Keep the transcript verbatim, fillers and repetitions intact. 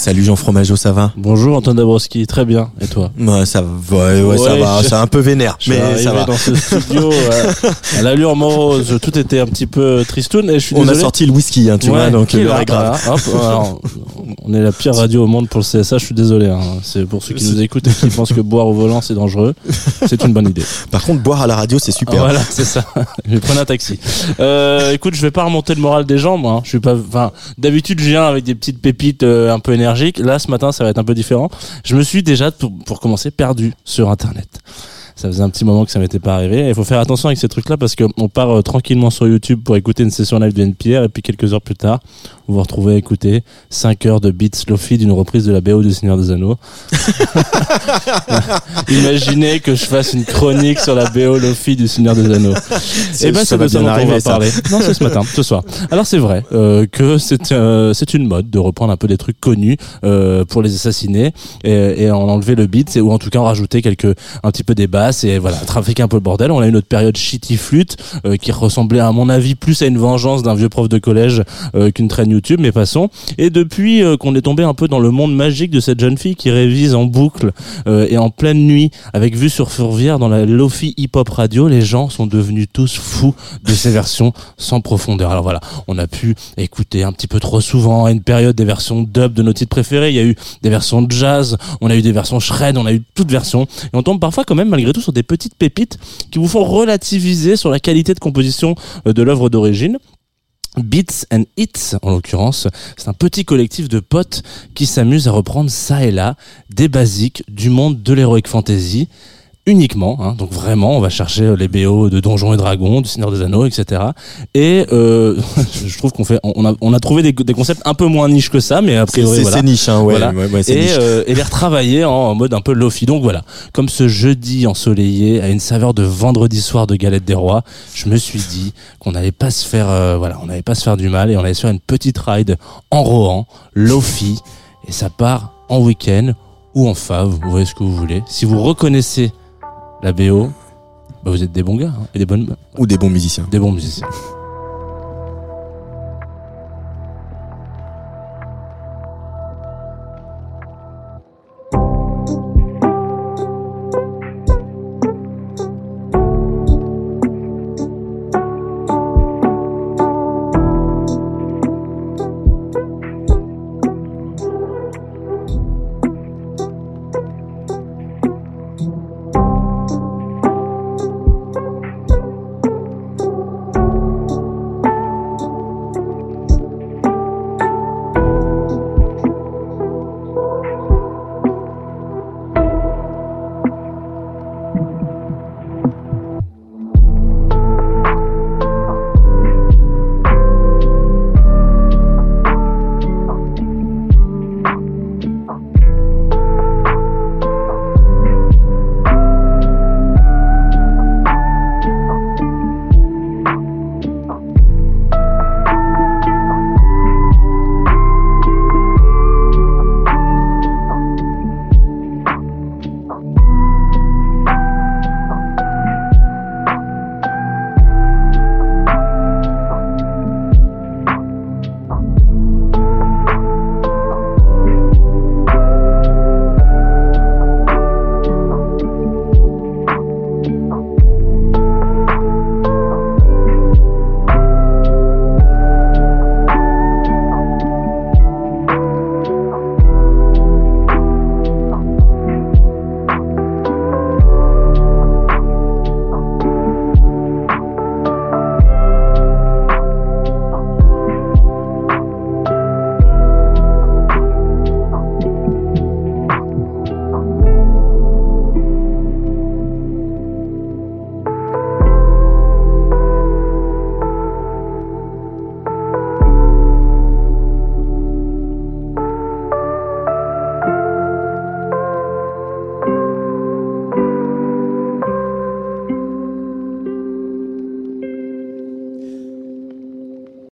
Salut Jean Fromageau, ça va? Bonjour Antoine Dabrowski, très bien. Et toi? Ouais, ça va, ouais, ouais, ça Ouais, va. je- C'est un peu vénère, Je mais suis ça arrivé va. dans ce studio euh, à l'allure morose, tout était un petit peu tristoun et je suis On désolé. a sorti le whisky, hein, tu Ouais, vois, donc qui est l'heure là, est grave. voilà, hop, alors, on est la pire radio au monde pour le C S A, je suis désolé. Hein. C'est pour ceux qui nous écoutent et qui pensent que boire au volant c'est dangereux. C'est une bonne idée. Par contre, boire à la radio, c'est super. Voilà, c'est ça. Je vais prendre un taxi. Euh, écoute, je vais pas remonter le moral des gens, moi. Hein. Je suis pas. Enfin, d'habitude, je viens avec des petites pépites euh, un peu énergiques. Là, ce matin, ça va être un peu différent. Je me suis déjà, pour, pour commencer, perdu sur Internet. Ça faisait un petit moment que ça m'était pas arrivé. Il faut faire attention avec ces trucs-là parce qu'on part euh, tranquillement sur YouTube pour écouter une session live de N P R et puis quelques heures plus tard, vous vous retrouvez à écouter cinq heures de beats Lofi d'une reprise de la B O du Seigneur des Anneaux. Imaginez que je fasse une chronique sur la B O Lofi du Seigneur des Anneaux. C'est- Et ben ça c'est va de ça bien dont on arriver, va ça. parler. Non, c'est ce matin, ce soir. Alors c'est vrai euh, que c'est euh, c'est une mode de reprendre un peu des trucs connus euh, pour les assassiner et, et en enlever le beat, ou en tout cas en rajouter quelques un petit peu des basses et voilà, trafiquer un peu le bordel. On a eu notre période shitty flûte euh, qui ressemblait à mon avis plus à une vengeance d'un vieux prof de collège euh, qu'une traîne YouTube, mais passons. Et depuis euh, qu'on est tombé un peu dans le monde magique de cette jeune fille qui révise en boucle euh, et en pleine nuit avec vue sur Fourvière dans la Lofi hip-hop radio, les gens sont devenus tous fous de ces versions sans profondeur. Alors voilà, on a pu écouter un petit peu trop souvent à une période des versions dub de nos titres préférés. Il y a eu des versions de jazz, on a eu des versions shred, on a eu toutes versions. Et on tombe parfois quand même malgré tout sur des petites pépites qui vous font relativiser sur la qualité de composition euh, de l'œuvre d'origine. Beats and Hits, en l'occurrence, c'est un petit collectif de potes qui s'amusent à reprendre ça et là des basiques du monde de l'heroic fantasy uniquement, hein, donc vraiment on va chercher les B O de Donjons et Dragons, du Seigneur des Anneaux, et cetera. Et euh, je trouve qu'on fait, on a, on a trouvé des, des concepts un peu moins niche que ça, mais a C'est priori c'est- voilà. c'est niche, hein, ouais, Voilà. ouais, ouais, c'est Et, niche. euh, et les retravailler en, en mode un peu lofi. Donc voilà, comme ce jeudi ensoleillé à une saveur de vendredi soir de galette des rois, je me suis dit qu'on n'allait pas se faire, euh, voilà, on n'allait pas se faire du mal et on allait se faire une petite ride en Rohan, lofi, et ça part en week-end ou en fave, vous voyez ce que vous voulez. Si vous reconnaissez la B O, bah vous êtes des bons gars hein, et des bonnes, Ou des bons musiciens. des bons musiciens.